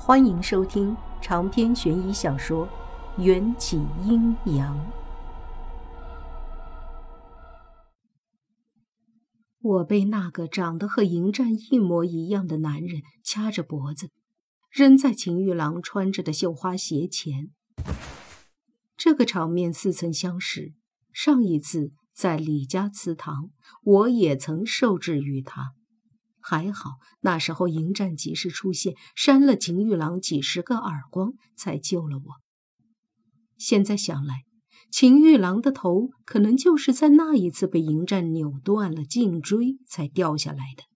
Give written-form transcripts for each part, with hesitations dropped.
欢迎收听长篇悬疑小说《缘起阴阳》。我被那个长得和迎战一模一样的男人掐着脖子，扔在秦玉郎穿着的绣花鞋前。这个场面似曾相识，上一次在李家祠堂，我也曾受制于他。还好那时候迎战及时出现，扇了秦玉郎几十个耳光，才救了我。现在想来，秦玉郎的头可能就是在那一次被迎战扭断了颈椎才掉下来的。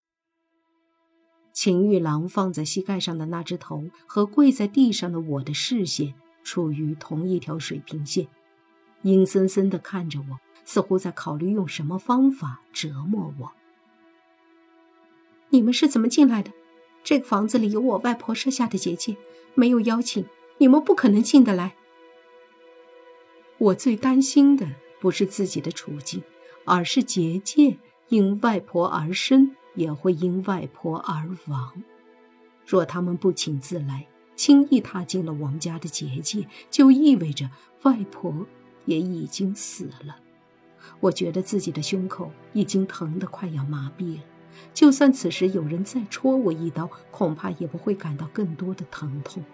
秦玉郎放在膝盖上的那只头和跪在地上的我的视线处于同一条水平线，阴森森地看着我，似乎在考虑用什么方法折磨我。你们是怎么进来的？这个房子里有我外婆设下的结界，没有邀请，你们不可能进得来。我最担心的不是自己的处境，而是结界因外婆而生，也会因外婆而亡。若他们不请自来，轻易踏进了王家的结界，就意味着外婆也已经死了。我觉得自己的胸口已经疼得快要麻痹了，就算此时有人再戳我一刀，恐怕也不会感到更多的疼痛。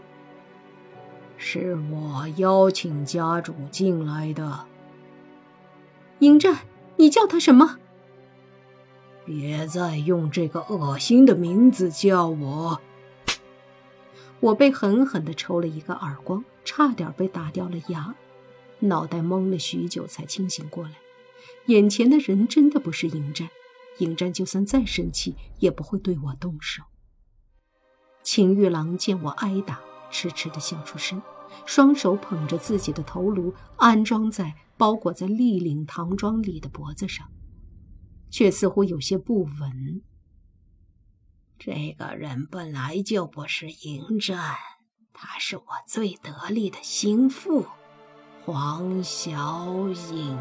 是我邀请家主进来的。 迎战，你叫他什么？ 别再用这个恶心的名字叫我。 我被狠狠地抽了一个耳光，差点被打掉了牙，脑袋懵了许久才清醒过来。眼前的人真的不是迎战，迎战就算再生气也不会对我动手。秦玉郎见我挨打，痴痴地笑出声，双手捧着自己的头颅安装在包裹在立领唐装里的脖子上，却似乎有些不稳。 这个人本来就不是迎战，他是我最得力的心腹黄小颖。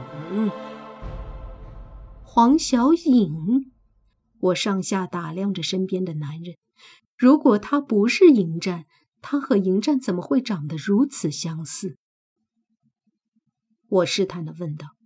黄小颖？我上下打量着身边的男人，如果他不是迎战，他和迎战怎么会长得如此相似？我试探地问道：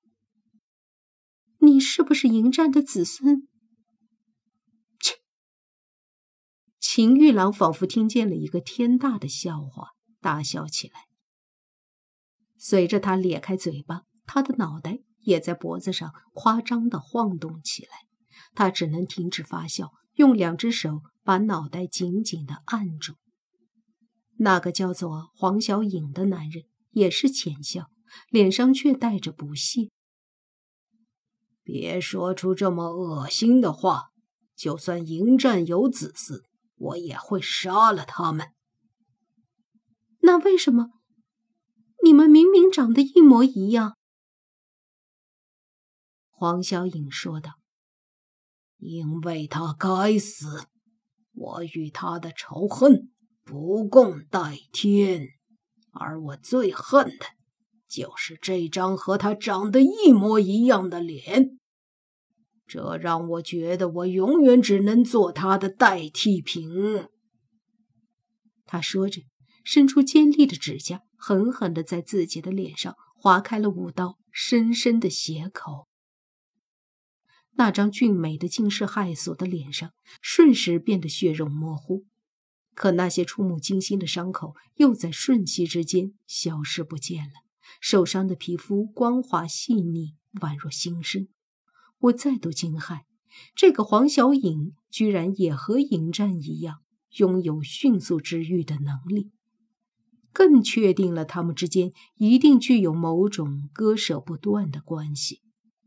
你是不是迎战的子孙？切！秦玉郎仿佛听见了一个天大的笑话，大笑起来。随着他咧开嘴巴，他的脑袋也在脖子上夸张地晃动起来，他只能停止发笑，用两只手把脑袋紧紧地按住。那个叫做黄小颖的男人也是浅笑，脸上却带着不屑。 别说出这么恶心的话，就算迎战有子嗣，我也会杀了他们。 那为什么？你们明明长得一模一样。黄小颖说道： 因为他该死，我与他的仇恨不共戴天，而我最恨的就是这张和他长得一模一样的脸，这让我觉得我永远只能做他的代替品。 他说着，伸出尖利的指甲，狠狠地在自己的脸上划开了5道深深的血口。那张俊美的惊世骇俗的脸上瞬时变得血肉模糊，可那些触目惊心的伤口又在瞬息之间消失不见了，受伤的皮肤光滑细腻，宛若新生。我再度惊骇，这个黄小颖居然也和迎战一样，拥有迅速治愈的能力，更确定了他们之间一定具有某种割舍不断的关系。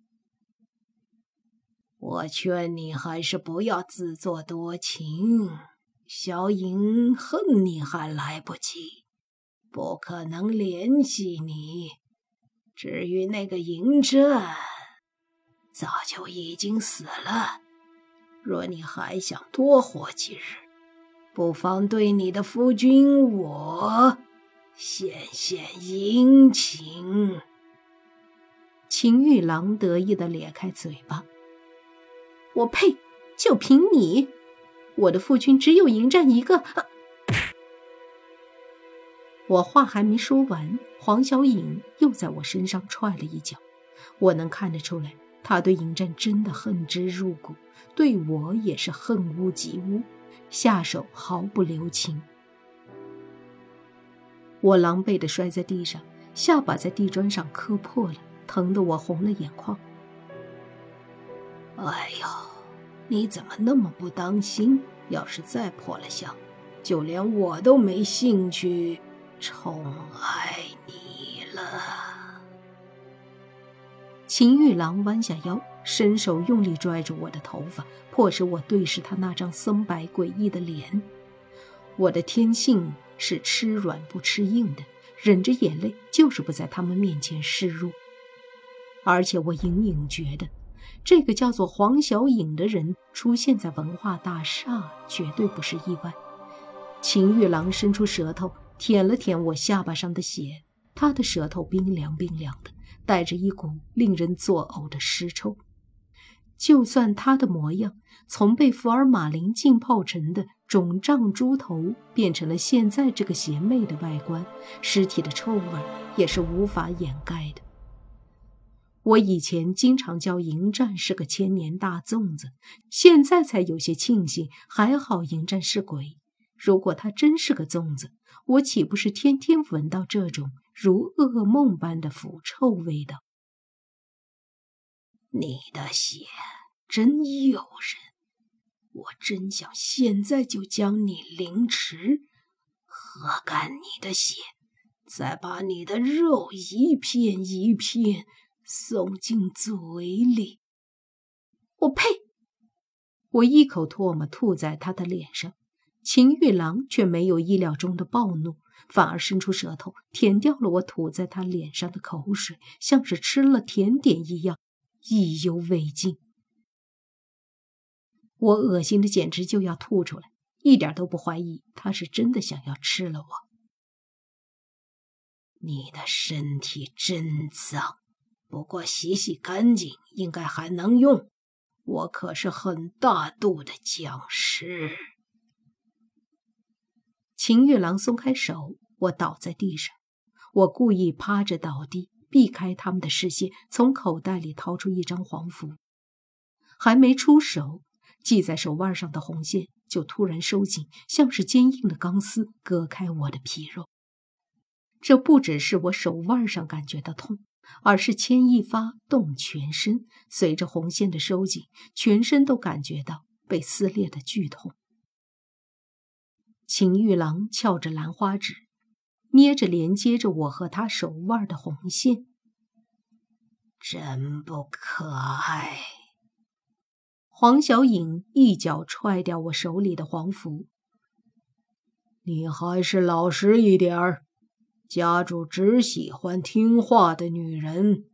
我劝你还是不要自作多情，小颖恨你还来不及，不可能联系你。至于那个迎战，早就已经死了。若你还想多活几日，不妨对你的夫君我献献殷勤。 秦玉郎得意地咧开嘴巴：我呸！就凭你！ 我的父君只有迎战一个。我话还没说完，黄小颖又在我身上踹了一脚。我能看得出来，他对迎战真的恨之入骨，对我也是恨恶极恶，下手毫不留情。我狼狈地摔在地上，下巴在地砖上磕破了，疼得我红了眼眶。 哎呦，你怎么那么不当心？要是再破了相，就连我都没兴趣宠爱你了。 秦玉郎弯下腰，伸手用力拽住我的头发，迫使我对视他那张森白诡异的脸。我的天性是吃软不吃硬的，忍着眼泪就是不在他们面前示弱。而且我隐隐觉得，这个叫做黄小颖的人出现在文化大厦绝对不是意外。秦玉郎伸出舌头舔了舔我下巴上的血，他的舌头冰凉冰凉的，带着一股令人作呕的尸臭。就算他的模样从被福尔马林浸泡成的肿胀猪头变成了现在这个邪魅的外观，尸体的臭味也是无法掩盖的。我以前经常叫迎战是个千年大粽子，现在才有些庆幸，还好迎战是鬼。如果他真是个粽子，我岂不是天天闻到这种如噩梦般的腐臭味道？ 你的血真诱人，我真想现在就将你凌迟，喝干你的血，再把你的肉一片一片送进嘴里。 我呸！我一口唾沫吐在他的脸上。秦玉郎却没有意料中的暴怒，反而伸出舌头舔掉了我吐在他脸上的口水，像是吃了甜点一样，意犹未尽。我恶心的简直就要吐出来，一点都不怀疑他是真的想要吃了我。 你的身体真脏，不过洗洗干净应该还能用。我可是很大度的讲师。 秦玉郎松开手，我倒在地上。我故意趴着倒地，避开他们的视线，从口袋里掏出一张黄符。还没出手，系在手腕上的红线就突然收紧，像是坚硬的钢丝，割开我的皮肉。这不只是我手腕上感觉到痛，而是牵一发动全身，随着红线的收紧，全身都感觉到被撕裂的剧痛。秦玉郎翘着兰花指，捏着连接着我和他手腕的红线。 真不可爱。 黄小颖一脚踹掉我手里的黄符。 你还是老实一点儿，家主只喜欢听话的女人。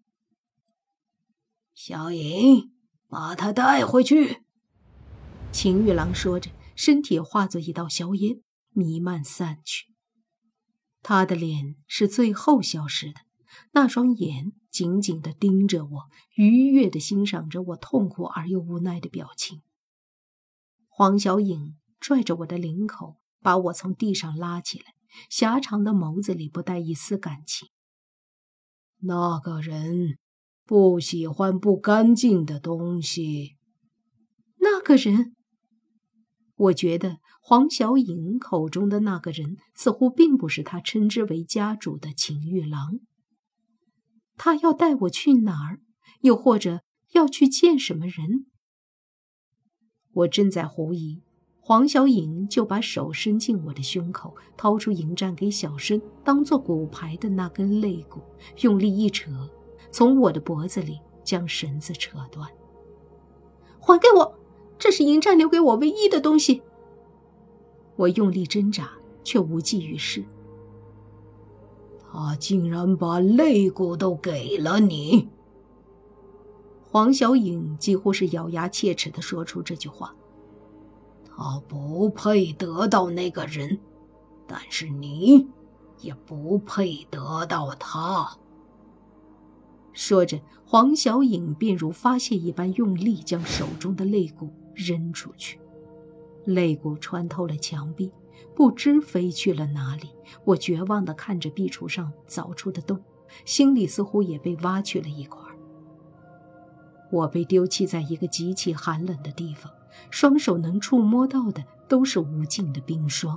小颖，把她带回去。 秦玉郎说着，身体化作一道硝烟，弥漫散去。他的脸是最后消失的，那双眼紧紧地盯着我，愉悦地欣赏着我痛苦而又无奈的表情。黄小颖拽着我的领口，把我从地上拉起来，狭长的眸子里不带一丝感情。 那个人不喜欢不干净的东西。 那个人？我觉得黄小颖口中的那个人似乎并不是他称之为家主的秦玉郎。他要带我去哪儿？又或者要去见什么人？我正在狐疑，黄小颖就把手伸进我的胸口，掏出迎战给小生当做骨牌的那根肋骨，用力一扯，从我的脖子里将绳子扯断。还给我！这是迎战留给我唯一的东西。我用力挣扎，却无济于事。 他竟然把肋骨都给了你！ 黄小颖几乎是咬牙切齿地说出这句话。 他不配得到那个人，但是你也不配得到他。 说着，黄小颖便如发泄一般用力将手中的肋骨扔出去。 肋骨穿透了墙壁，不知飞去了哪里。我绝望地看着壁橱上凿出的洞，心里似乎也被挖去了一块。我被丢弃在一个极其寒冷的地方，双手能触摸到的都是无尽的冰霜。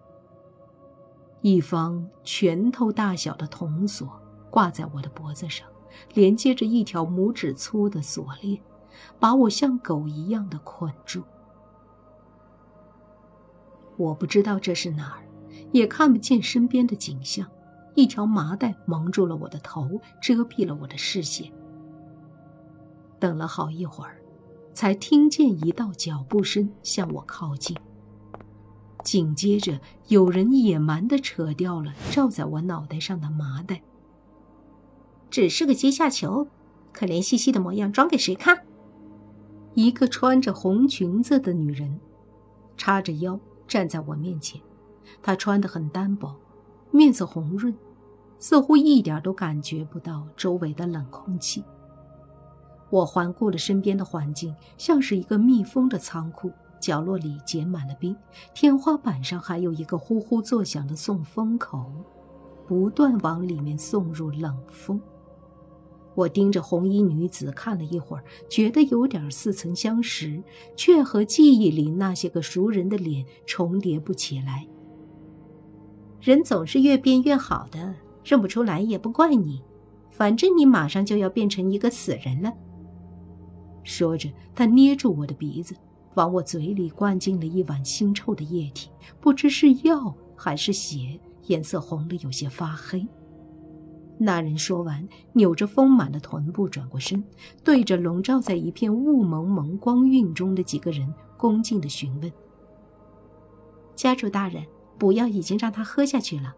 一方拳头大小的铜锁挂在我的脖子上，连接着一条拇指粗的锁链，把我像狗一样的捆住。我不知道这是哪儿，也看不见身边的景象，一条麻袋蒙住了我的头，遮蔽了我的视线。等了好一会儿，才听见一道脚步声向我靠近，紧接着有人野蛮地扯掉了罩在我脑袋上的麻袋。 只是个阶下囚，可怜兮兮的模样装给谁看？ 一个穿着红裙子的女人叉着腰站在我面前，她穿得很单薄，面色红润，似乎一点都感觉不到周围的冷空气。我环顾了身边的环境，像是一个密封的仓库，角落里结满了冰，天花板上还有一个呼呼作响的送风口，不断往里面送入冷风。我盯着红衣女子看了一会儿，觉得有点似曾相识，却和记忆里那些个熟人的脸重叠不起来。 人总是越变越好的，认不出来也不怪你，反正你马上就要变成一个死人了。 说着，他捏住我的鼻子，往我嘴里灌进了一碗腥臭的液体，不知是药还是血，颜色红得有些发黑。那人说完，扭着丰满的臀部转过身，对着笼罩在一片雾蒙蒙光晕中的几个人恭敬地询问： 家主大人，补药已经让他喝下去了。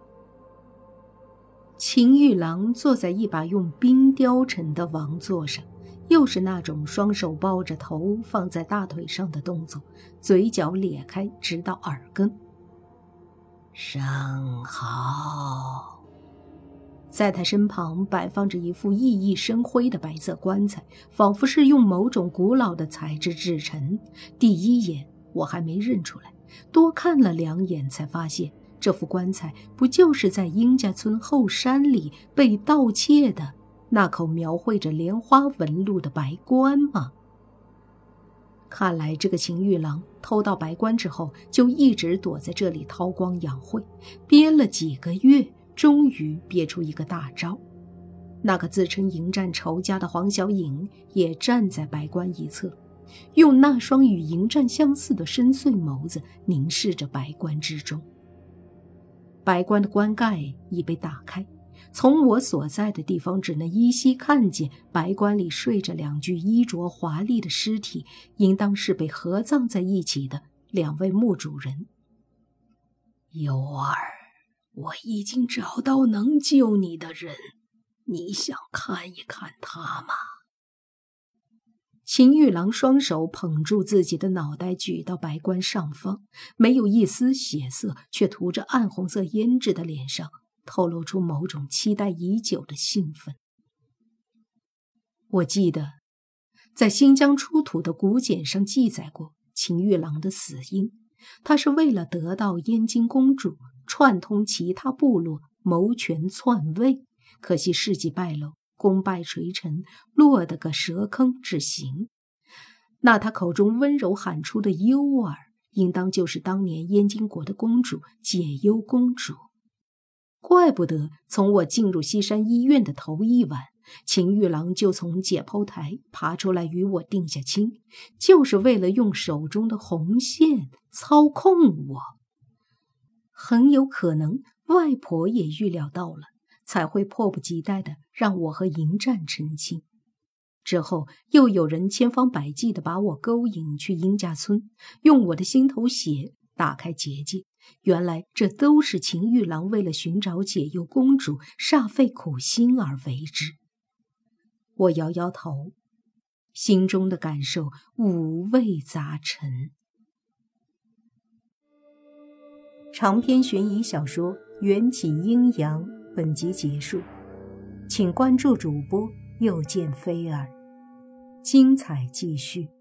秦玉郎坐在一把用冰雕成的王座上，又是那种双手抱着头放在大腿上的动作，嘴角咧开直到耳根。 生蚝。 在他身旁摆放着一副熠熠生辉的白色棺材，仿佛是用某种古老的材质制成。第一眼我还没认出来，多看了2眼才发现，这副棺材不就是在殷家村后山里被盗窃的那口描绘着莲花纹路的白棺吗？看来这个秦玉郎偷到白棺之后，就一直躲在这里韬光养晦，憋了几个月，终于憋出一个大招。那个自称迎战仇家的黄小颖也站在白棺一侧，用那双与迎战相似的深邃眸子凝视着白棺之中。白棺的棺盖已被打开，从我所在的地方只能依稀看见白棺里睡着2具衣着华丽的尸体，应当是被合葬在一起的2位墓主人。 尤儿，我已经找到能救你的人，你想看一看他吗？ 秦玉郎双手捧住自己的脑袋，举到白棺上方，没有一丝血色，却涂着暗红色胭脂的脸上透露出某种期待已久的兴奋。我记得在新疆出土的古简上记载过秦玉郎的死因，他是为了得到燕京公主，串通其他部落谋权篡位，可惜事迹败露，功败垂成，落得个蛇坑之刑。那他口中温柔喊出的幽儿，应当就是当年燕京国的公主解忧公主。怪不得从我进入西山医院的头一晚，秦玉郎就从解剖台爬出来与我定下亲，就是为了用手中的红线操控我。很有可能外婆也预料到了，才会迫不及待地让我和迎战成亲。之后又有人千方百计地把我勾引去殷家村，用我的心头血打开结界。原来这都是秦玉郎为了寻找解忧公主煞费苦心而为之。我摇摇头，心中的感受五味杂陈。长篇悬疑小说《缘起阴阳》本集结束，请关注主播又见菲儿，精彩继续。